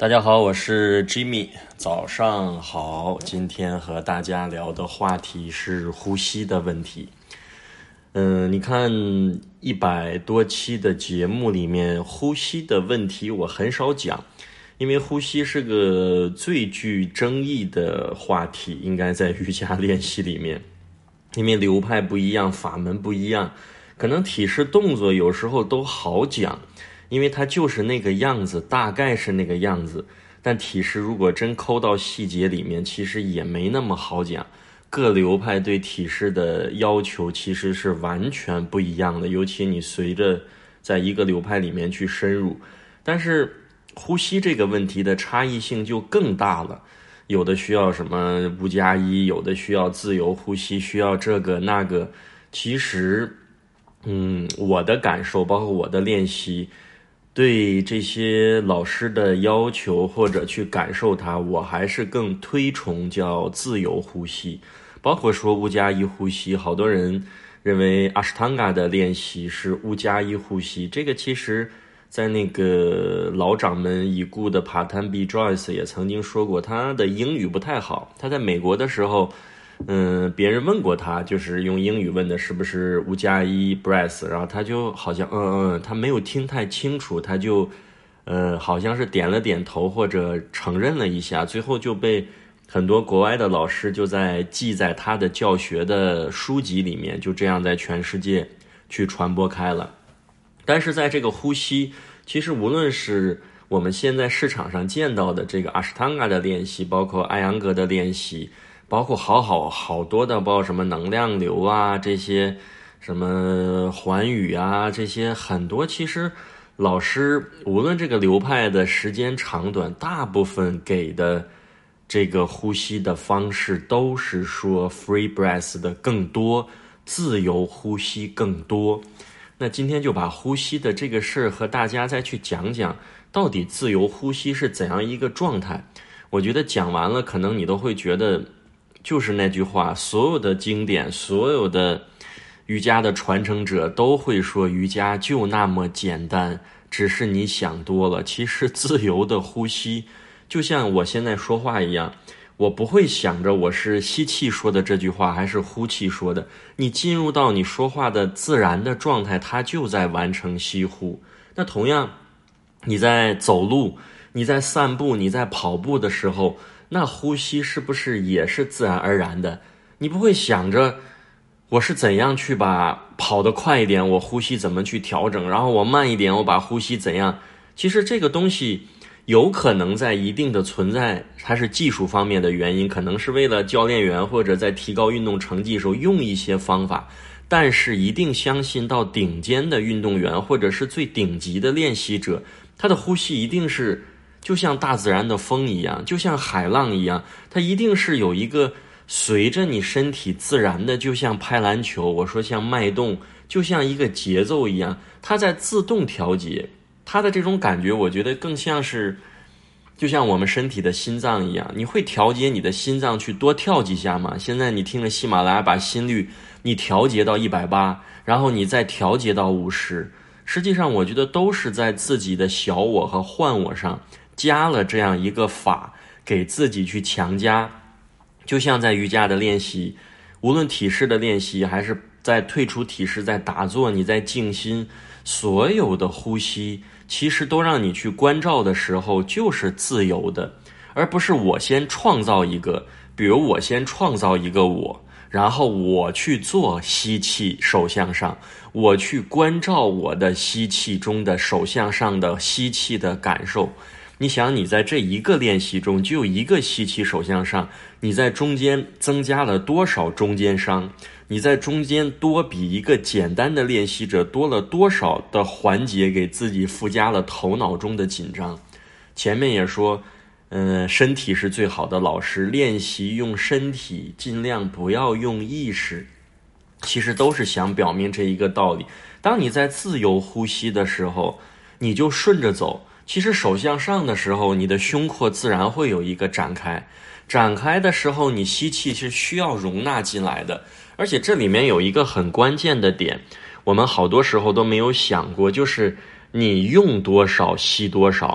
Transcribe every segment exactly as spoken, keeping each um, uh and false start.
大家好，我是 Jimmy， 早上好。今天和大家聊的话题是呼吸的问题。嗯，你看一百多期的节目里面，呼吸的问题我很少讲，因为呼吸是个最具争议的话题，应该在瑜伽练习里面，因为流派不一样，法门不一样，可能体式动作有时候都好讲，因为它就是那个样子，大概是那个样子，但体式如果真抠到细节里面，其实也没那么好讲。各流派对体式的要求其实是完全不一样的，尤其你随着在一个流派里面去深入，但是呼吸这个问题的差异性就更大了，有的需要什么五加一，有的需要自由呼吸，需要这个那个。其实嗯，我的感受包括我的练习对这些老师的要求或者去感受它，我还是更推崇叫自由呼吸。包括说乌加一呼吸，好多人认为阿什汤嘎的练习是乌加一呼吸，这个其实在那个老掌门已故的帕坦比 Joyce 也曾经说过，他的英语不太好，他在美国的时候嗯，别人问过他，就是用英语问的是不是五加一 breath， 然后他就好像嗯嗯，他没有听太清楚，他就呃好像是点了点头或者承认了一下，最后就被很多国外的老师就在记在他的教学的书籍里面，就这样在全世界去传播开了。但是在这个呼吸，其实无论是我们现在市场上见到的这个阿什汤嘎的练习，包括艾扬格的练习，包括好好好多的，包括什么能量流啊，这些什么环宇啊，这些很多，其实老师无论这个流派的时间长短，大部分给的这个呼吸的方式都是说 free breath 的更多，自由呼吸更多。那今天就把呼吸的这个事儿和大家再去讲讲，到底自由呼吸是怎样一个状态。我觉得讲完了，可能你都会觉得就是那句话，所有的经典，所有的瑜伽的传承者都会说瑜伽就那么简单，只是你想多了。其实自由的呼吸就像我现在说话一样，我不会想着我是吸气说的这句话还是呼气说的，你进入到你说话的自然的状态，它就在完成吸呼。那同样你在走路，你在散步，你在跑步的时候，那呼吸是不是也是自然而然的？你不会想着我是怎样去把跑得快一点，我呼吸怎么去调整，然后我慢一点，我把呼吸怎样。其实这个东西有可能在一定的存在，它是技术方面的原因，可能是为了教练员或者在提高运动成绩的时候用一些方法，但是一定相信到顶尖的运动员或者是最顶级的练习者，他的呼吸一定是就像大自然的风一样，就像海浪一样，它一定是有一个随着你身体自然的，就像拍篮球，我说像脉动，就像一个节奏一样，它在自动调节。它的这种感觉我觉得更像是就像我们身体的心脏一样，你会调节你的心脏去多跳几下吗？现在你听了喜马拉雅，把心率你调节到一百八，然后你再调节到五十，实际上我觉得都是在自己的小我和幻我上加了这样一个法，给自己去强加。就像在瑜伽的练习，无论体式的练习还是在退出体式，在打坐，你在静心，所有的呼吸其实都让你去关照的时候就是自由的，而不是我先创造一个，比如我先创造一个我，然后我去做吸气手向上，我去关照我的吸气中的手向上的吸气的感受。你想你在这一个练习中就有一个吸气手向上，你在中间增加了多少中间商，你在中间多比一个简单的练习者多了多少的环节，给自己附加了头脑中的紧张。前面也说嗯，身体是最好的老师，练习用身体，尽量不要用意识，其实都是想表明这一个道理。当你在自由呼吸的时候，你就顺着走，其实手向上的时候，你的胸廓自然会有一个展开，展开的时候你吸气是需要容纳进来的。而且这里面有一个很关键的点，我们好多时候都没有想过，就是你用多少吸多少。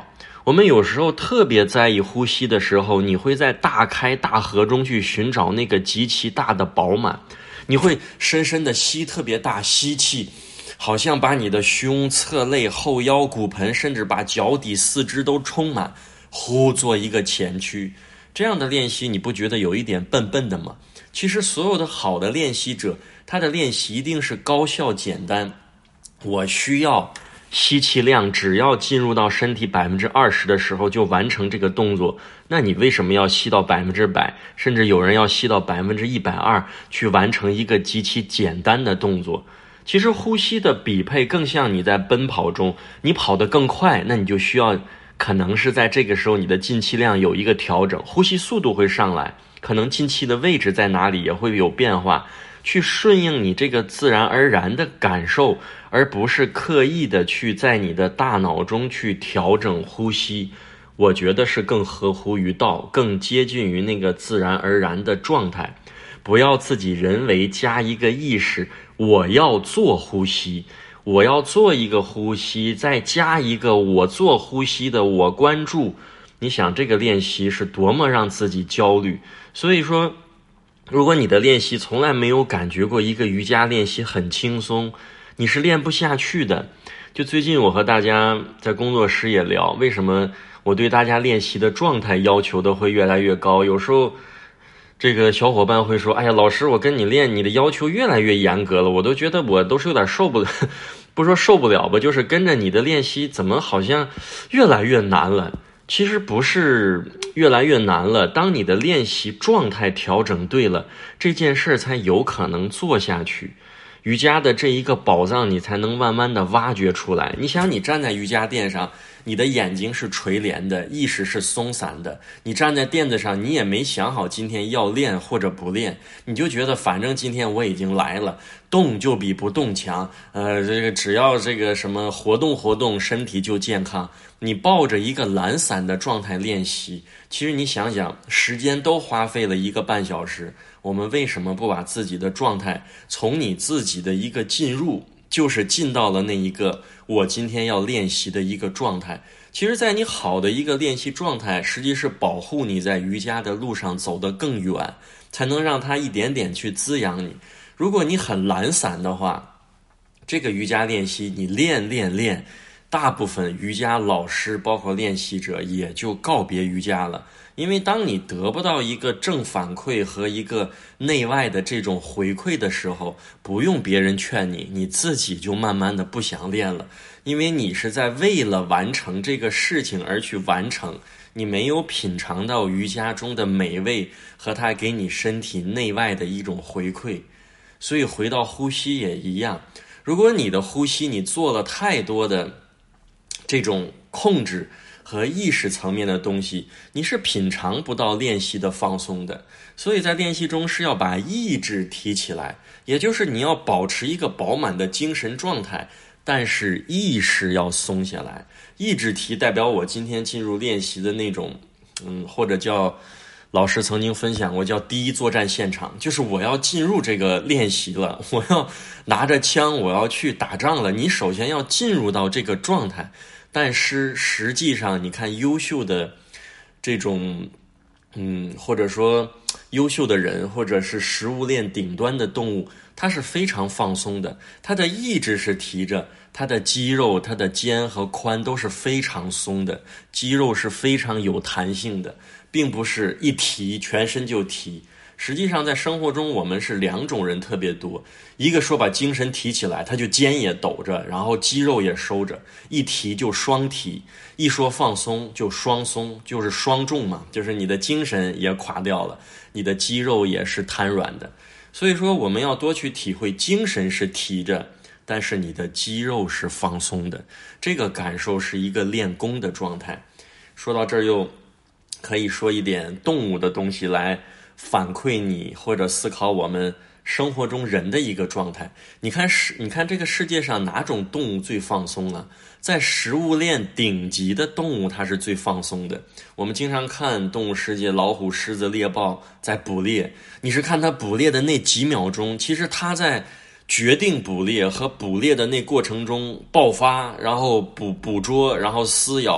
我们有时候特别在意呼吸的时候，你会在大开大合中去寻找那个极其大的饱满，你会深深的吸特别大，吸气好像把你的胸、侧肋、后腰、骨盆，甚至把脚底、四肢都充满，呼做一个前屈。这样的练习你不觉得有一点笨笨的吗？其实所有的好的练习者，他的练习一定是高效简单。我需要吸气量只要进入到身体 百分之二十 的时候就完成这个动作，那你为什么要吸到 百分之百， 甚至有人要吸到 百分之一百二十 去完成一个极其简单的动作？其实呼吸的比配更像你在奔跑中，你跑得更快，那你就需要可能是在这个时候你的进气量有一个调整，呼吸速度会上来，可能进气的位置在哪里也会有变化，去顺应你这个自然而然的感受，而不是刻意的去在你的大脑中去调整呼吸。我觉得是更合乎于道，更接近于那个自然而然的状态。不要自己人为加一个意识，我要做呼吸，我要做一个呼吸，再加一个我做呼吸的我关注。你想这个练习是多么让自己焦虑。所以说如果你的练习从来没有感觉过一个瑜伽练习很轻松，你是练不下去的。就最近我和大家在工作室也聊，为什么我对大家练习的状态要求的会越来越高。有时候这个小伙伴会说，哎呀老师，我跟你练，你的要求越来越严格了，我都觉得我都是有点受不了，不说受不了吧，就是跟着你的练习怎么好像越来越难了。其实不是越来越难了，当你的练习状态调整对了，这件事才有可能做下去。瑜伽的这一个宝藏你才能慢慢的挖掘出来。你想你站在瑜伽垫上，你的眼睛是垂帘的，意识是松散的，你站在垫子上，你也没想好今天要练或者不练，你就觉得反正今天我已经来了，动就比不动强，呃，这个只要这个什么活动活动，身体就健康。你抱着一个懒散的状态练习，其实你想想，时间都花费了一个半小时，我们为什么不把自己的状态从你自己的一个进入，就是进到了那一个我今天要练习的一个状态。其实在你好的一个练习状态，实际是保护你在瑜伽的路上走得更远，才能让它一点点去滋养你。如果你很懒散的话，这个瑜伽练习你练练练，大部分瑜伽老师包括练习者也就告别瑜伽了。因为当你得不到一个正反馈和一个内外的这种回馈的时候，不用别人劝你，你自己就慢慢的不想练了。因为你是在为了完成这个事情而去完成，你没有品尝到瑜伽中的美味和它给你身体内外的一种回馈。所以回到呼吸也一样，如果你的呼吸你做了太多的这种控制和意识层面的东西，你是品尝不到练习的放松的。所以在练习中是要把意志提起来，也就是你要保持一个饱满的精神状态，但是意识要松下来。意志提代表我今天进入练习的那种嗯，或者叫老师曾经分享过叫第一作战现场，就是我要进入这个练习了，我要拿着枪，我要去打仗了。你首先要进入到这个状态。但是实际上你看优秀的这种嗯，或者说优秀的人，或者是食物链顶端的动物，它是非常放松的，它的意志是提着，它的肌肉，它的肩和髋都是非常松的，肌肉是非常有弹性的，并不是一提全身就提。实际上在生活中我们是两种人特别多，一个说把精神提起来，他就肩也抖着，然后肌肉也收着，一提就双提，一说放松就双松，就是双重嘛，就是你的精神也垮掉了，你的肌肉也是瘫软的。所以说我们要多去体会，精神是提着，但是你的肌肉是放松的，这个感受是一个练功的状态。说到这儿又可以说一点动物的东西来反馈你，或者思考我们生活中人的一个状态。你看世你看这个世界上哪种动物最放松啊？在食物链顶级的动物它是最放松的。我们经常看动物世界，老虎、狮子、猎豹在捕猎，你是看它捕猎的那几秒钟，其实它在决定捕猎和捕猎的那过程中爆发，然后捕捕捉，然后撕咬，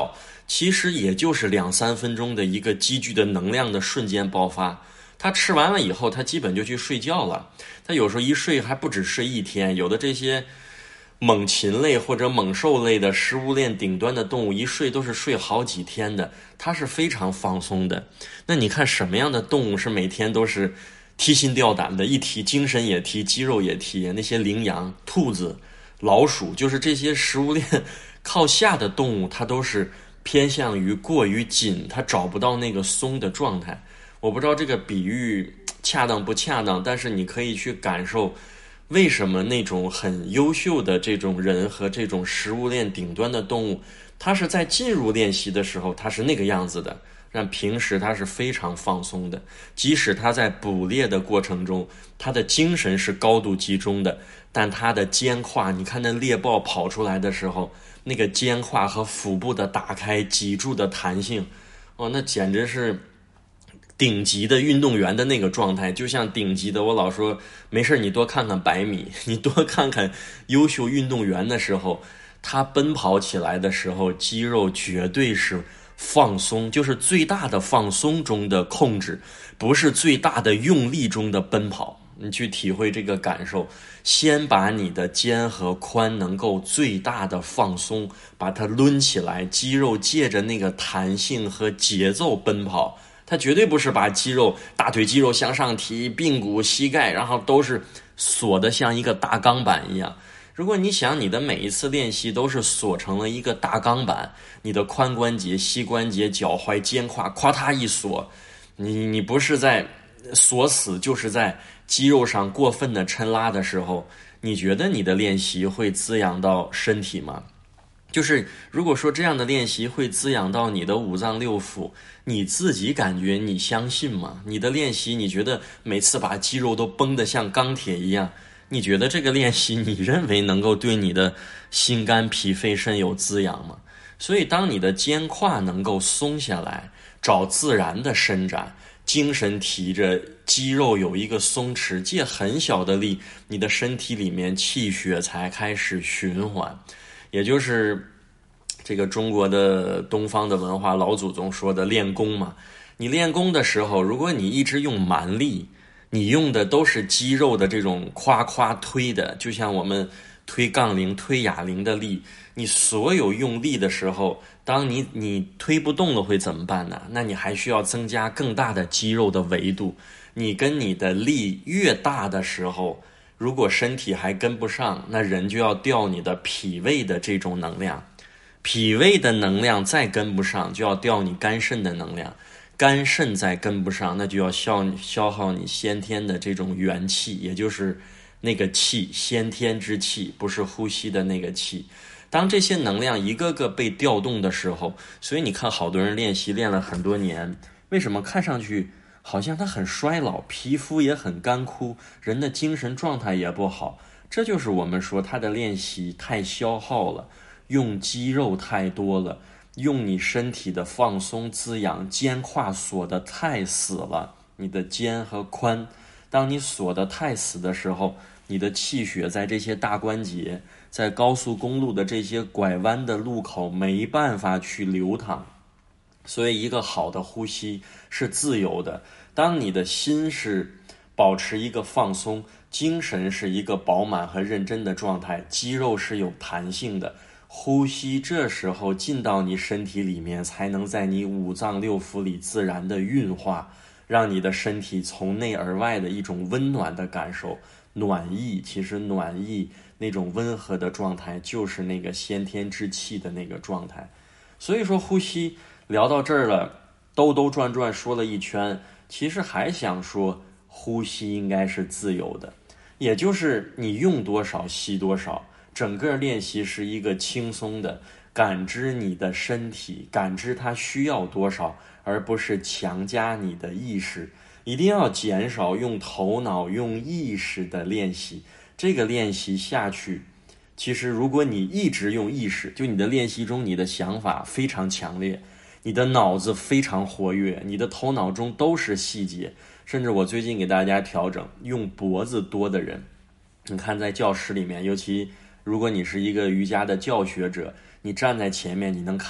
其实也就是两三分钟的一个积聚的能量的瞬间爆发。他吃完了以后，他基本就去睡觉了。他有时候一睡还不止睡一天，有的这些猛禽类或者猛兽类的食物链顶端的动物，一睡都是睡好几天的，它是非常放松的。那你看什么样的动物是每天都是提心吊胆的，一提精神也提，肌肉也提？那些羚羊、兔子、老鼠，就是这些食物链靠下的动物，它都是偏向于过于紧，它找不到那个松的状态。我不知道这个比喻恰当不恰当，但是你可以去感受为什么那种很优秀的这种人和这种食物链顶端的动物，它是在进入练习的时候它是那个样子的，让平时它是非常放松的。即使它在捕猎的过程中，它的精神是高度集中的，但它的肩胯，你看那猎豹跑出来的时候，那个肩胯和腹部的打开脊柱的弹性，哦，那简直是顶级的运动员的那个状态。就像顶级的，我老说没事你多看看百米，你多看看优秀运动员的时候，他奔跑起来的时候，肌肉绝对是放松，就是最大的放松中的控制，不是最大的用力中的奔跑。你去体会这个感受，先把你的肩和髋能够最大的放松，把它抡起来，肌肉借着那个弹性和节奏奔跑。它绝对不是把肌肉大腿肌肉向上提，髌骨膝盖然后都是锁得像一个大钢板一样。如果你想你的每一次练习都是锁成了一个大钢板，你的髋关节、膝关节、脚踝、肩胯夸嗒一锁，你你不是在锁死，就是在肌肉上过分的抻拉的时候，你觉得你的练习会滋养到身体吗？就是如果说这样的练习会滋养到你的五脏六腑，你自己感觉你相信吗？你的练习你觉得每次把肌肉都绷得像钢铁一样，你觉得这个练习你认为能够对你的心肝脾肺肾有滋养吗？所以当你的肩胯能够松下来，找自然的伸展，精神提着，肌肉有一个松弛，借很小的力，你的身体里面气血才开始循环。也就是这个中国的东方的文化，老祖宗说的练功嘛。你练功的时候，如果你一直用蛮力，你用的都是肌肉的这种夸夸推的，就像我们推杠铃、推哑铃的力，你所有用力的时候，当你你推不动了会怎么办呢？那你还需要增加更大的肌肉的维度。你跟你的力越大的时候，如果身体还跟不上，那人就要掉你的脾胃的这种能量，脾胃的能量再跟不上，就要掉你肝肾的能量，肝肾再跟不上，那就要消消耗你先天的这种元气，也就是那个气，先天之气，不是呼吸的那个气。当这些能量一个个被调动的时候，所以你看好多人练习练了很多年，为什么看上去好像他很衰老，皮肤也很干枯，人的精神状态也不好？这就是我们说他的练习太消耗了，用肌肉太多了，用你身体的放松滋养，肩胯锁得太死了。你的肩和髋，当你锁得太死的时候，你的气血在这些大关节，在高速公路的这些拐弯的路口没办法去流淌。所以一个好的呼吸是自由的，当你的心是保持一个放松，精神是一个饱满和认真的状态，肌肉是有弹性的，呼吸这时候进到你身体里面，才能在你五脏六腑里自然的运化，让你的身体从内而外的一种温暖的感受。暖意，其实暖意那种温和的状态，就是那个先天之气的那个状态。所以说呼吸聊到这儿了，兜兜转转说了一圈，其实还想说呼吸应该是自由的，也就是你用多少吸多少，整个练习是一个轻松的感知你的身体，感知它需要多少，而不是强加你的意识。一定要减少用头脑用意识的练习，这个练习下去，其实如果你一直用意识，就你的练习中你的想法非常强烈，你的脑子非常活跃，你的头脑中都是细节，甚至我最近给大家调整，用脖子多的人，你看在教室里面，尤其如果你是一个瑜伽的教学者，你站在前面，你能看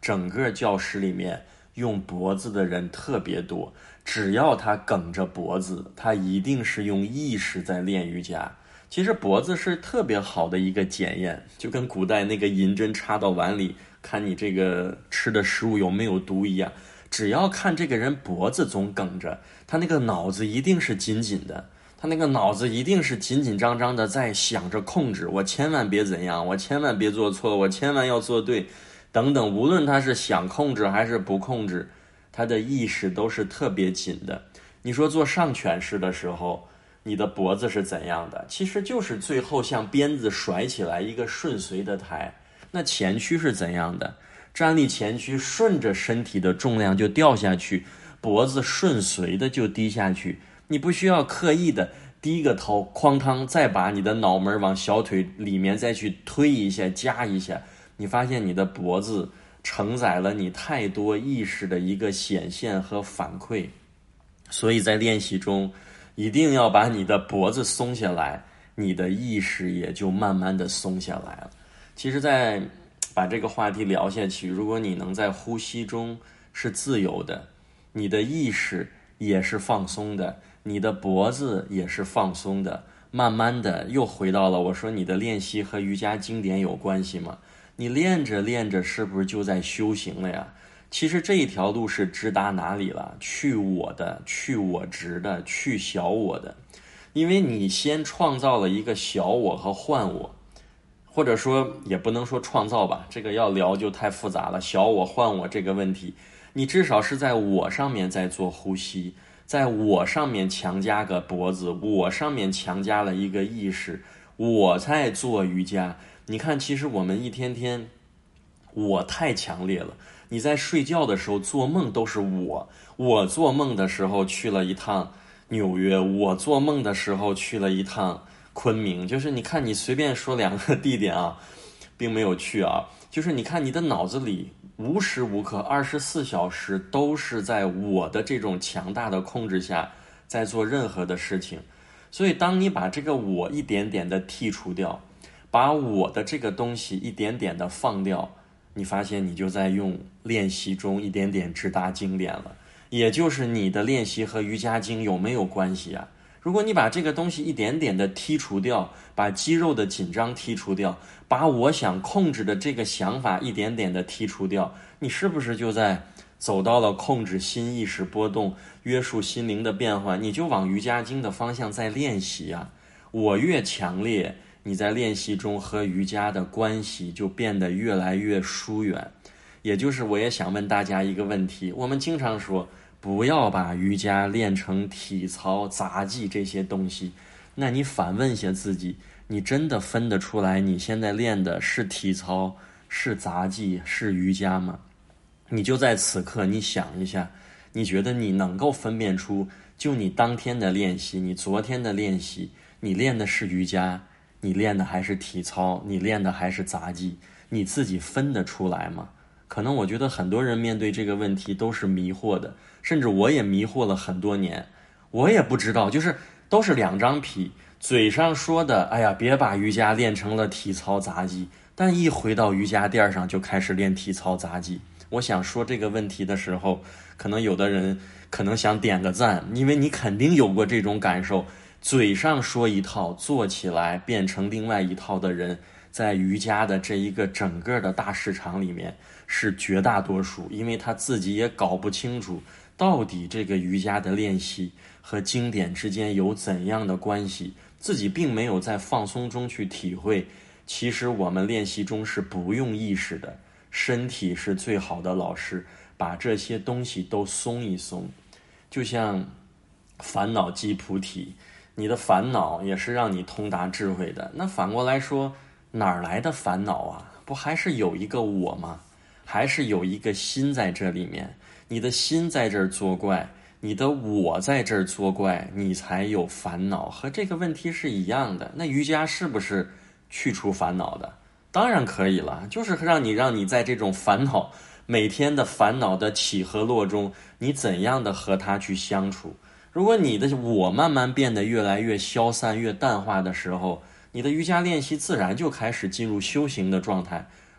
整个教室里面用脖子的人特别多，只要他梗着脖子，他一定是用意识在练瑜伽。其实脖子是特别好的一个检验，就跟古代那个银针插到碗里，看你这个吃的食物有没有毒一样。只要看这个人脖子总梗着，他那个脑子一定是紧紧的，他那个脑子一定是紧紧张张的在想着控制，我千万别怎样，我千万别做错，我千万要做对，等等。无论他是想控制还是不控制，他的意识都是特别紧的。你说做上犬式的时候，你的脖子是怎样的？其实就是最后像鞭子甩起来一个顺遂的抬。那前屈是怎样的？站立前屈顺着身体的重量就掉下去，脖子顺遂的就低下去。你不需要刻意的低个头，哐当，再把你的脑门往小腿里面再去推一下夹一下，你发现你的脖子承载了你太多意识的一个显现和反馈。所以在练习中一定要把你的脖子松下来，你的意识也就慢慢的松下来了。其实在把这个话题聊下去，如果你能在呼吸中是自由的，你的意识也是放松的，你的脖子也是放松的，慢慢的又回到了我说你的练习和瑜伽经典有关系吗？你练着练着是不是就在修行了呀？其实这一条路是直达哪里了？去我的，去我执的，去小我的。因为你先创造了一个小我和幻我，或者说也不能说创造吧，这个要聊就太复杂了。小我幻我这个问题，你至少是在我上面在做呼吸，在我上面强加个脖子，我上面强加了一个意识，我在做瑜伽。你看，其实我们一天天我太强烈了。你在睡觉的时候做梦都是我，我做梦的时候去了一趟纽约，我做梦的时候去了一趟昆明。就是你看，你随便说两个地点啊，并没有去啊，就是你看你的脑子里无时无刻二十四小时都是在我的这种强大的控制下在做任何的事情。所以当你把这个我一点点的剔除掉，把我的这个东西一点点的放掉，你发现你就在用练习中一点点直达经典了。也就是你的练习和瑜伽经有没有关系啊？如果你把这个东西一点点的剔除掉，把肌肉的紧张剔除掉，把我想控制的这个想法一点点的剔除掉，你是不是就在走到了控制新意识波动、约束心灵的变化？你就往瑜伽经的方向在练习啊。我越强烈，你在练习中和瑜伽的关系就变得越来越疏远。也就是我也想问大家一个问题，我们经常说不要把瑜伽练成体操、杂技这些东西，那你反问一下自己，你真的分得出来你现在练的是体操、是杂技、是瑜伽吗？你就在此刻你想一下，你觉得你能够分辨出，就你当天的练习，你昨天的练习，你练的是瑜伽，你练的还是体操，你练的还是杂技，你自己分得出来吗？可能我觉得很多人面对这个问题都是迷惑的，甚至我也迷惑了很多年，我也不知道，就是都是两张皮，嘴上说的哎呀别把瑜伽练成了体操杂技，但一回到瑜伽垫上就开始练体操杂技。我想说这个问题的时候，可能有的人可能想点个赞，因为你肯定有过这种感受，嘴上说一套，做起来变成另外一套的人，在瑜伽的这一个整个的大市场里面是绝大多数，因为他自己也搞不清楚到底这个瑜伽的练习和经典之间有怎样的关系，自己并没有在放松中去体会，其实我们练习中是不用意识的，身体是最好的老师，把这些东西都松一松。就像烦恼即菩提，你的烦恼也是让你通达智慧的。那反过来说，哪儿来的烦恼啊？不还是有一个我吗？还是有一个心在这里面，你的心在这儿作怪，你的我在这儿作怪，你才有烦恼，和这个问题是一样的。那瑜伽是不是去除烦恼的？当然可以了，就是让你让你在这种烦恼每天的烦恼的起和落中，你怎样的和它去相处。如果你的我慢慢变得越来越消散越淡化的时候，你的瑜伽练习自然就开始进入修行的状态，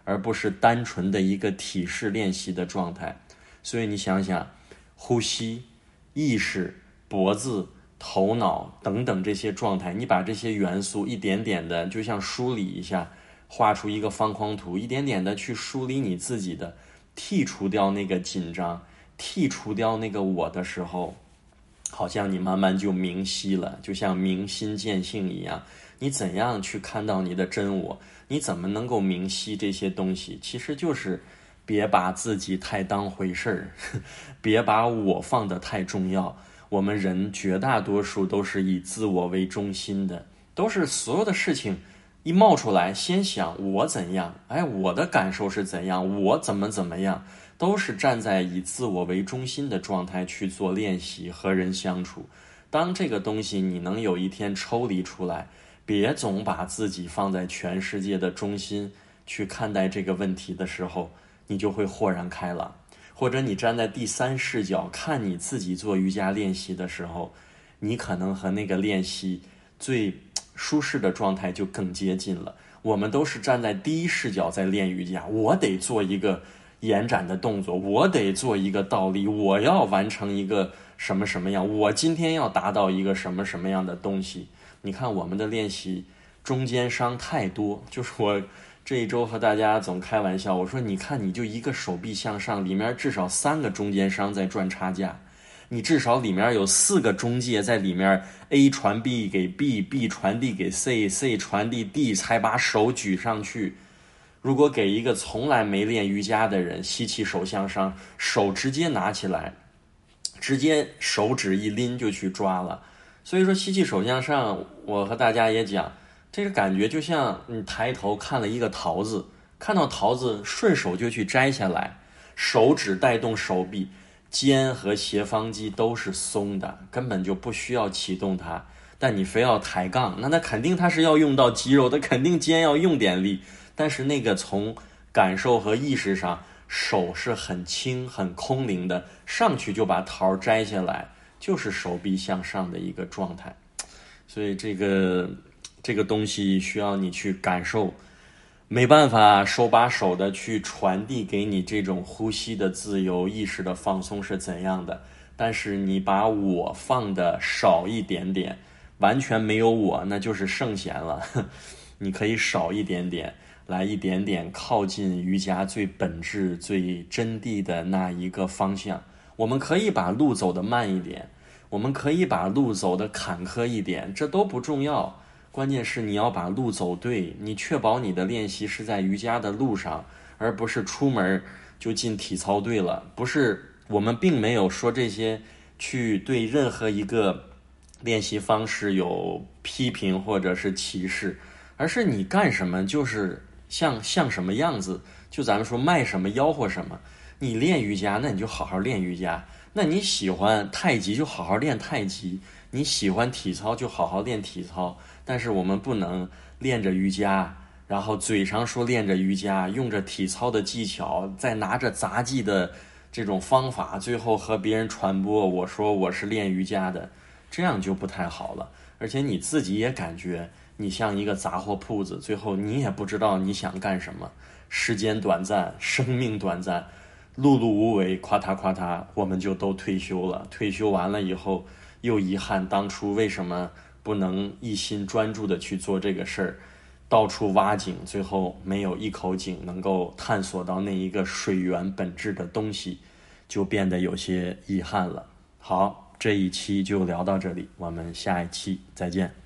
而不是单纯的一个体式练习的状态。所以你想想，呼吸、意识、脖子、头脑等等这些状态，你把这些元素一点点的就像梳理一下，画出一个方框图，一点点的去梳理你自己的，剔除掉那个紧张，剔除掉那个我的时候，好像你慢慢就明晰了，就像明心见性一样。你怎样去看到你的真我？你怎么能够明晰这些东西？其实就是别把自己太当回事儿，别把我放得太重要。我们人绝大多数都是以自我为中心的，都是所有的事情一冒出来，先想我怎样，哎，我的感受是怎样，我怎么怎么样，都是站在以自我为中心的状态去做练习和人相处。当这个东西你能有一天抽离出来，别总把自己放在全世界的中心去看待这个问题的时候，你就会豁然开朗。或者你站在第三视角看你自己做瑜伽练习的时候，你可能和那个练习最舒适的状态就更接近了。我们都是站在第一视角在练瑜伽，我得做一个延展的动作，我得做一个倒立，我要完成一个什么什么样，我今天要达到一个什么什么样的东西。你看我们的练习中间商太多，就是我这一周和大家总开玩笑，我说你看你就一个手臂向上，里面至少三个中间商在赚差价，你至少里面有四个中介在里面 A 传 B 给 B， B 传递给 C， C 传递 D 才把手举上去。如果给一个从来没练瑜伽的人吸气手向上，手直接拿起来，直接手指一拎就去抓了。所以说吸气手向上，我和大家也讲，这个感觉就像你抬头看了一个桃子，看到桃子顺手就去摘下来，手指带动手臂，肩和斜方肌都是松的，根本就不需要启动它。但你非要抬杠，那那肯定它是要用到肌肉的，肯定肩要用点力。但是那个从感受和意识上，手是很轻很空灵的，上去就把桃摘下来，就是手臂向上的一个状态。所以这个这个东西需要你去感受，没办法手把手的去传递给你这种呼吸的自由，意识的放松是怎样的。但是你把我放的少一点点，完全没有我，那就是圣贤了。你可以少一点点，来一点点靠近瑜伽最本质最真谛的那一个方向。我们可以把路走得慢一点，我们可以把路走得坎坷一点，这都不重要，关键是你要把路走对，你确保你的练习是在瑜伽的路上，而不是出门就进体操队了。不是，我们并没有说这些去对任何一个练习方式有批评或者是歧视，而是你干什么就是像像什么样子，就咱们说卖什么吆喝什么。你练瑜伽，那你就好好练瑜伽；那你喜欢太极，就好好练太极；你喜欢体操，就好好练体操。但是我们不能练着瑜伽，然后嘴上说练着瑜伽，用着体操的技巧，再拿着杂技的这种方法，最后和别人传播我说我是练瑜伽的，这样就不太好了。而且你自己也感觉你像一个杂货铺子，最后你也不知道你想干什么。时间短暂，生命短暂，碌碌无为，夸嗒夸嗒，我们就都退休了。退休完了以后，又遗憾当初为什么不能一心专注的去做这个事儿，到处挖井，最后没有一口井能够探索到那一个水源本质的东西，就变得有些遗憾了。好，这一期就聊到这里，我们下一期再见。